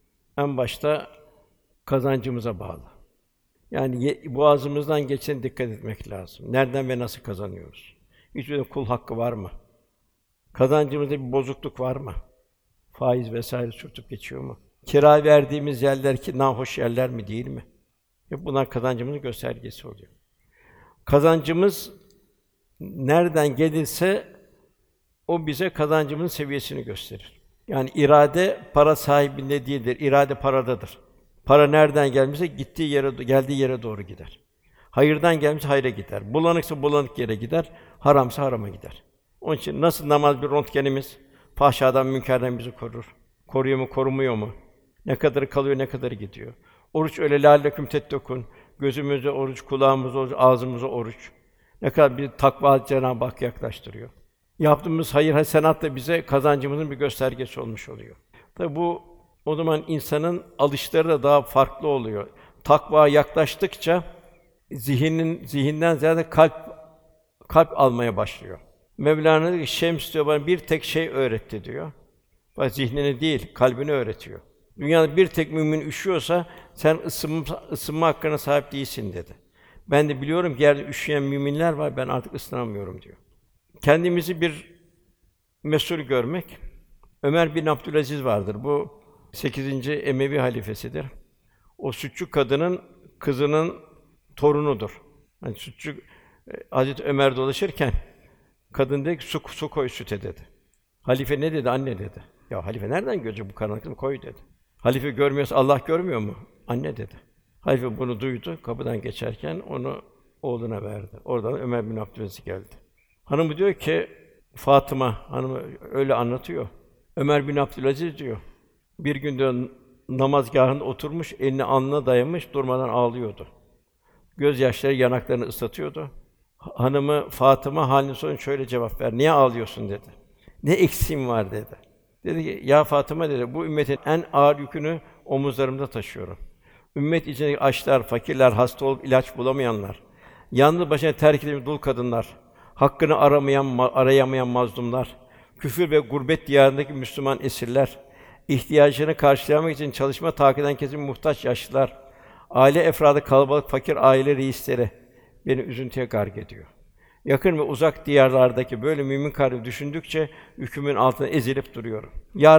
en başta kazancımıza bağlı. Yani boğazımızdan geçen dikkat etmek lazım. Nereden ve nasıl kazanıyoruz? Hiçbir kul hakkı var mı? Kazancımızda bir bozukluk var mı? Faiz vesaire sürtüp geçiyor mu? Kira verdiğimiz yerler ki nahoş yerler mi, değil mi? Bunlar kazancımızın göstergesi oluyor. Kazancımız nereden gelirse o bize kazancımızın seviyesini gösterir. Yani irade para sahibinde değildir, irade paradadır. Para nereden gelmişse geldiği yere doğru gider. Hayırdan gelmişse hayra gider. Bulanıksa bulanık yere gider, haramsa harama gider. Onun için nasıl namaz bir röntgenimiz, fahşadan, münkerden bizi korur. Koruyor mu, korumuyor mu? Ne kadarı kalıyor, ne kadarı gidiyor? Oruç öyle lâlleküm tettekûn. Gözümüze oruç, kulağımıza oruç, ağzımıza oruç. Ne kadar bir takva Cenab-ı Hak yaklaştırıyor. Yaptığımız hayır, hasenat da bize kazancımızın bir göstergesi olmuş oluyor. Tabi bu o zaman insanın alışları da daha farklı oluyor. Takvaya yaklaştıkça zihinden ziyade kalp almaya başlıyor. Mevlana diyor ki, Şems diyor bana bir tek şey öğretti diyor. Bak zihnini değil, kalbini öğretiyor. Dünyada bir tek mümin üşüyorsa sen ısınma hakkına sahip değilsin dedi. Ben de biliyorum ki yerde üşüyen müminler var, ben artık ısınamıyorum diyor. Kendimizi bir mesul görmek. Ömer bin Abdülaziz vardır. Bu 8. Emevi halifesidir. O sütçü kadının kızının torunudur. Hani sütçü Hazreti Ömer dolaşırken kadın dedi ki su koy süte dedi. Halife ne dedi? Anne dedi. Ya halife nereden görecek bu karanlıkta? Koy dedi. Halife görmüyorsa Allah görmüyor mu? Anne dedi. Halife bunu duydu. Kapıdan geçerken onu oğluna verdi. Oradan Ömer bin Abdülaziz geldi. Hanımı diyor ki Fatıma hanımı öyle anlatıyor. Ömer bin Abdülaziz diyor. Bir gün diyor namazgâhında oturmuş, elini alnına dayamış, durmadan ağlıyordu. Gözyaşları yanaklarını ıslatıyordu. Hanımı Fatıma halini sorunca şöyle cevap ver. Niye ağlıyorsun dedi. Ne eksiğim var dedi. Dedi ki, "Ya Fatıma," dedi, "bu ümmetin en ağır yükünü omuzlarımda taşıyorum. Ümmet içindeki açlar, fakirler, hasta olup ilaç bulamayanlar, yalnız başına terk edilmiş dul kadınlar, hakkını arayamayan mazlumlar, küfür ve gurbet diyarındaki Müslüman esirler, ihtiyaçlarını karşılamak için çalışma tahakkuk eden kesin muhtaç yaşlılar, aile efradı kalabalık fakir aile reisleri beni üzüntüye gark ediyor. Yakın ve uzak diyarlardaki böyle mümin kalbi düşündükçe yükümün altında ezilip duruyorum.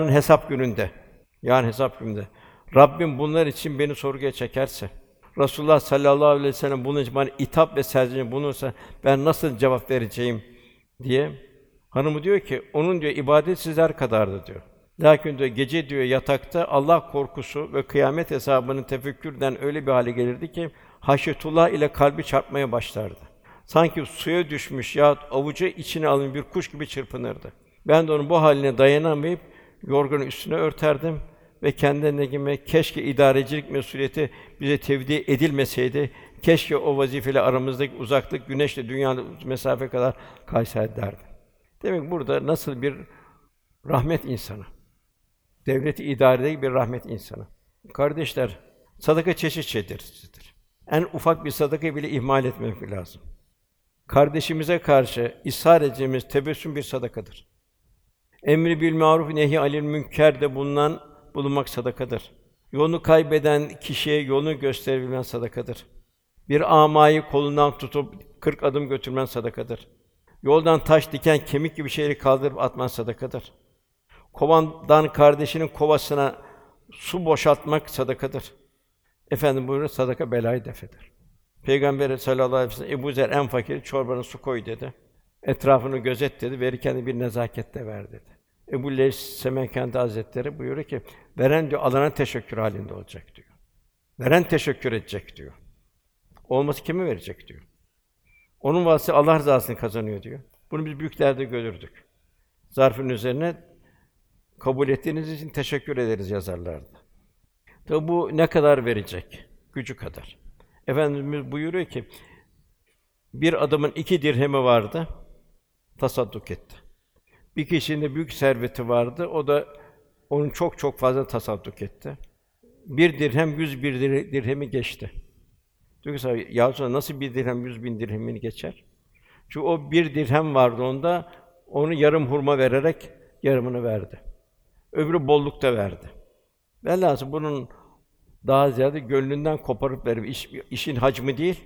Yarın hesap gününde Rabbim bunlar için beni sorguya çekerse, Resulullah sallallahu aleyhi ve sellem bunun için bana itap ve serzenişte bulunursa ben nasıl cevap vereceğim diye. Hanımı diyor ki, onun diyor ibadet sizler kadardı diyor. Lakin diyor gece diyor yatakta Allah korkusu ve kıyamet hesabının tefekkürden öyle bir hale gelirdi ki haşyetullah ile kalbi çarpmaya başlardı. Sanki suya düşmüş yahut avucu içine alınmış bir kuş gibi çırpınırdı. Ben de onun bu haline dayanamayıp yorganı üstüne örterdim ve kendime keşke idarecilik mesuliyeti bize tevdi edilmeseydi, keşke o vazifeyle aramızdaki uzaklık güneşle dünyada mesafe kadar kaysaydı derdim. Demek burada nasıl bir rahmet insanı, devleti idaredeki bir rahmet insanı. Kardeşler, sadaka çeşitlidir. En ufak bir sadaka bile ihmal etmemek lazım. Kardeşimize karşı ishar edeceğimiz tebessüm bir sadakadır. Emri bil maruf nehy anil münker bulunmak sadakadır. Yolunu kaybeden kişiye yolunu gösterebilmen sadakadır. Bir amayı kolundan tutup 40 adım götürmen sadakadır. Yoldan taş, diken, kemik gibi şeyleri kaldırıp atman sadakadır. Kovandan kardeşinin kovasına su boşaltmak sadakadır. Efendim buyuruyor, sadaka belayı defeder. Peygamber sallallahu aleyhi ve sellem Ebu Zer en fakir çorbana su koy dedi. Etrafını gözet dedi, verirken de bir nezaketle ver dedi. Ebu Leys Semerkandi Hazretleri buyuruyor ki, veren diyor alana teşekkür halinde olacak diyor. Veren teşekkür edecek diyor. Olması kime verecek diyor. Onun vasıtası Allah rızasını kazanıyor diyor. Bunu biz büyüklerde görürdük. Zarfın üzerine kabul ettiğiniz için teşekkür ederiz yazarlardı. Tabi bu ne kadar verecek? Gücü kadar. Efendimiz buyuruyor ki, bir adamın 2 dirhemi vardı, tasadduk etti. Bir kişinin de büyük serveti vardı, o da onun çok fazla tasadduk etti. 1 dirhem 101 dirhemi geçti. Diyor ki, ya sonra nasıl 1 dirhem 100.000 dirhemini geçer? Çünkü o 1 dirhem vardı onda, onu yarım hurma vererek yarımını verdi. Öbürü bollukta verdi. Velhâsıl bunun daha ziyade gönlünden koparıp verip işin hacmi değil,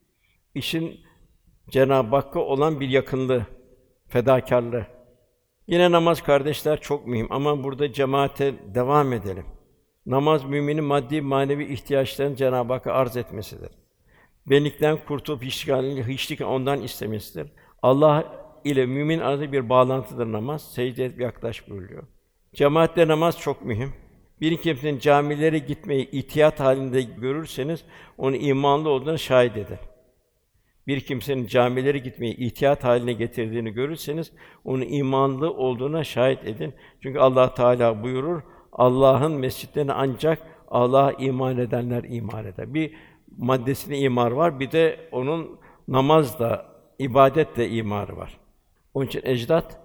işin Cenab-ı Hakk'a olan bir yakınlığı, fedakârlığı. Yine namaz kardeşler çok mühim ama burada cemaate devam edelim. Namaz müminin maddi manevi ihtiyaçlarını Cenab-ı Hakk'a arz etmesidir. Benlikten kurtulup hiçlik ondan istemesidir. Allah ile mümin arasında bir bağlantıdır namaz. Secde et, yaklaş buyuruyor. Cemaatle namaz çok mühim. Bir kimsenin camilere gitmeyi ihtiyat halinde görürseniz onun imanlı olduğuna şahit edin. Bir kimsenin camilere gitmeyi ihtiyat haline getirdiğini görürseniz onun imanlı olduğuna şahit edin. Çünkü Allah Teala buyurur, Allah'ın mescitlerine ancak Allah'a iman edenler iman eder. Bir maddesine imar var, bir de onun namazla, ibadetle imarı var. Onun için ecdat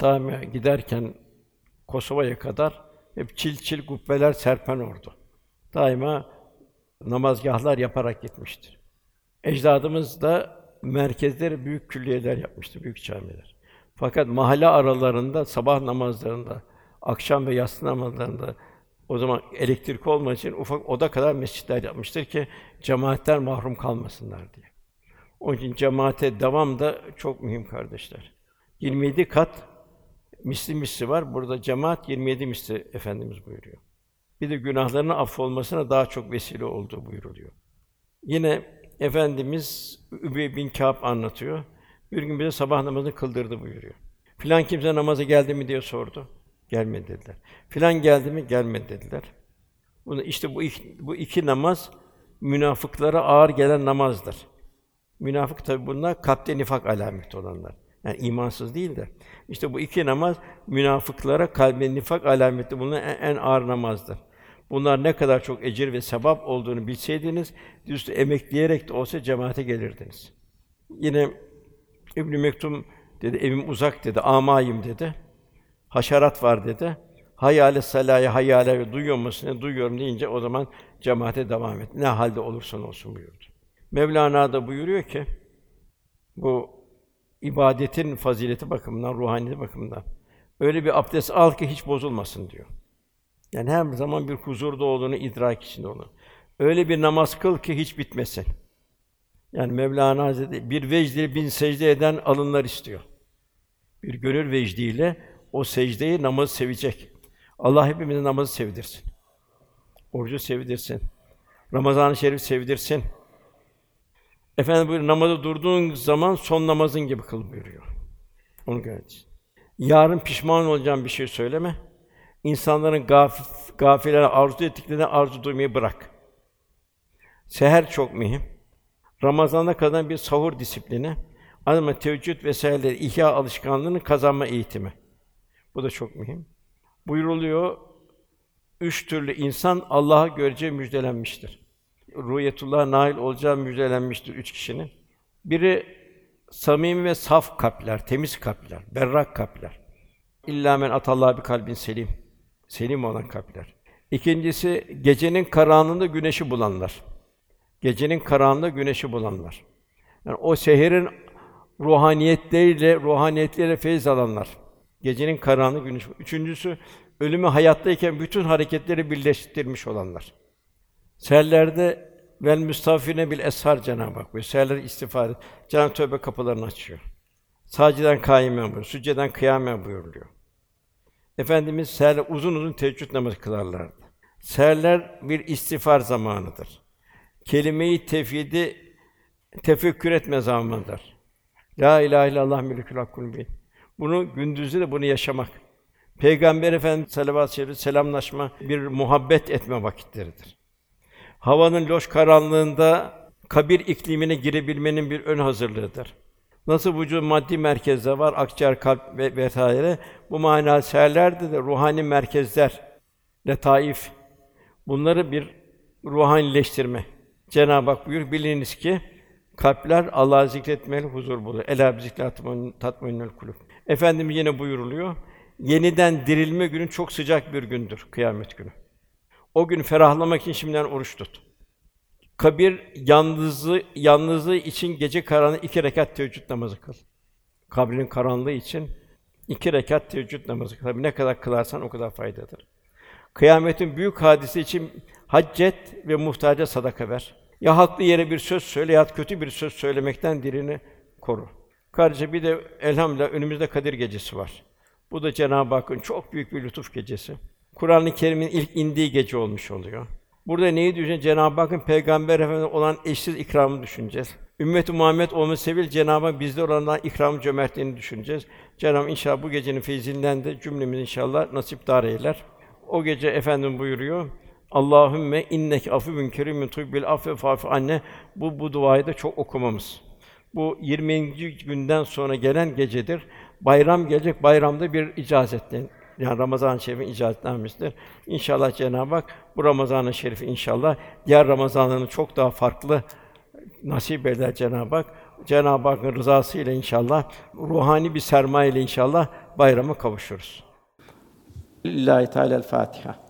giderken Kosova'ya kadar hep çil kubbeler serpen ordu. Daima namazgâhlar yaparak gitmiştir. Ecdadımız da merkezleri büyük külliyeler yapmıştır, büyük camiler. Fakat mahalle aralarında sabah namazlarında, akşam ve yatsı namazlarında o zaman elektrik olmadığı için ufak oda kadar mescitler yapmıştır ki cemaatten mahrum kalmasınlar diye. Onun için cemaate devam da çok mühim kardeşler. 27 kat misli var. Burada cemaat 27 misli Efendimiz buyuruyor. Bir de günahlarının affolmasına daha çok vesile olduğu buyuruluyor. Yine Efendimiz Übey bin Kâb anlatıyor. Bir gün bize sabah namazını kıldırdı buyuruyor. Filan kimse namaza geldi mi diye sordu. Gelmedi dediler. Filan geldi mi? Gelmedi dediler. Bunu işte bu iki namaz münafıklara ağır gelen namazdır. Münafık tabi bunlar kalpte nifak alameti olanlar. Yani imansız değil de. İşte bu 2 namaz münafıklara kalbinde nifak alameti bulunan en ağır namazdır. Bunlar ne kadar çok ecir ve sevap olduğunu bilseydiniz, üstü emekleyerek de olsa cemaate gelirdiniz. Yine İbn Mektum dedi, evim uzak dedi, amayım dedi. Haşerat var dedi. hayya ales salâhe, hayya alâ duyuyor musun? Duyuyorum deyince o zaman cemaate devam et. Ne halde olursan olsun buyurdu. Mevlana da buyuruyor ki bu ibadetin fazileti bakımından, ruhaniyeti bakımından öyle bir abdest al ki hiç bozulmasın diyor. Yani her zaman bir huzurda olduğunu idrak içinde olun. Öyle bir namaz kıl ki hiç bitmesin. Yani Mevlana Hazretleri bir vecdiyle 1000 secde eden alınlar istiyor. Bir gönül vecdiyle o secdeyi, namazı sevecek. Allah hepimize namazı sevdirsin. Orucu sevdirsin. Ramazan-ı Şerif sevdirsin. Efendim buyuruyor, namaza durduğun zaman son namazın gibi kıl buyuruyor. Onu göreceksin. Yarın pişman olacağın bir şey söyleme. İnsanların gafilane arzu ettiklerine arzu duymayı bırak. Seher çok mühim. Ramazana kadar bir sahur disiplini, ama teheccüd vesaireleri ihya alışkanlığını kazanma eğitimi. Bu da çok mühim. Buyuruluyor, 3 türlü insan Allah'ı göreceği müjdelenmiştir. Ruhiyetullah'a nail olacağı müjdelenmiştir 3 kişinin. Biri samimi ve saf kalpler, temiz kalpler, berrak kalpler. İllâ men atallâhe bi kalbin selim. Selim olan kalpler. İkincisi gecenin karanlığında güneşi bulanlar. Gecenin karanlığında güneşi bulanlar. Yani o seherin ruhaniyetleriyle feyz alanlar. Gecenin karanlığı güneş. Üçüncüsü ölümü hayattayken bütün hareketleri birleştirmiş olanlar. Seherlerde vel müstağfirine bil eshar Cenab-ı Hak buyuruyor. Seherler istiğfar, Cenab-ı Tövbe kapılarını açıyor. Sâciden kâimen buyuruyor. Sücceden kıyamen buyuruluyor. Efendimiz seherler uzun uzun teheccüd namazı kılarlardı. Seherler bir istiğfar zamanıdır. Kelime-i tevhidi tefekkür etme zamanıdır. La ilahe illallah melikül hakkul mübin. Bunu gündüzde de bunu yaşamak. Peygamber Efendimiz salavat-ı şerif selamlaşma, bir muhabbet etme vakitleridir. Havanın loş karanlığında kabir iklimine girebilmenin bir ön hazırlığıdır. Nasıl vücudun maddi merkezde var, akciğer, kalp ve vesaire, bu manada seherlerde de ruhani merkezler, letaif, bunları bir ruhanileştirme. Cenab-ı Hak buyuruyor, biliniz ki kalpler Allah'ı zikretmeyle huzur bulur. Elâ bi zikri tatmainnul kulûb. Efendimiz yine buyuruluyor, yeniden dirilme günü çok sıcak bir gündür, kıyamet günü. O gün ferahlamak için şimdiden oruç tut. Kabir yalnızlığı için gece karanlığı 2 rekat teheccüd namazı kıl. Kabrin karanlığı için 2 rekat teheccüd namazı kıl. Tabii ne kadar kılarsan o kadar faydadır. Kıyametin büyük hadisi için hac et ve muhtaca sadaka ver. Ya haklı yere bir söz söyle ya kötü bir söz söylemekten dilini koru. Kardeşim bir de elhamdülillah önümüzde Kadir Gecesi var. Bu da Cenab-ı Hakk'ın çok büyük bir lütuf gecesi. Kur'an-ı Kerim'in ilk indiği gece olmuş oluyor. Burada neyi düşüneceğiz? Cenab-ı Hakk'ın Peygamber Efendimiz olan eşsiz ikramını düşüneceğiz. Ümmet-i Muhammed olması sebebiyle Cenab-ı Hak bizde olandan ikram cömertliğini düşüneceğiz. Cenab-ı Hak inşallah bu gecenin feyzinden de cümlemiz inşallah nasipdar eyler. O gece Efendimiz buyuruyor, Allahümme inneke afuvun kerimun tuhibbil afve fa'fu anne. Bu duayı da çok okumamız. Bu 20. günden sonra gelen gecedir. Bayram gelecek, bayramda bir icazetten, yani Ramazan-ı Şerif'in icazetnamesidir. İnşallah Cenab-ı Hak bu Ramazan-ı Şerif'i inşallah diğer Ramazanların çok daha farklı nasip eder Cenab-ı Hak. Cenab-ı Hakk'ın rızası ile inşallah ruhani bir sermaye ile inşallah bayrama kavuşuruz. Lillahi Teala'l Fatiha.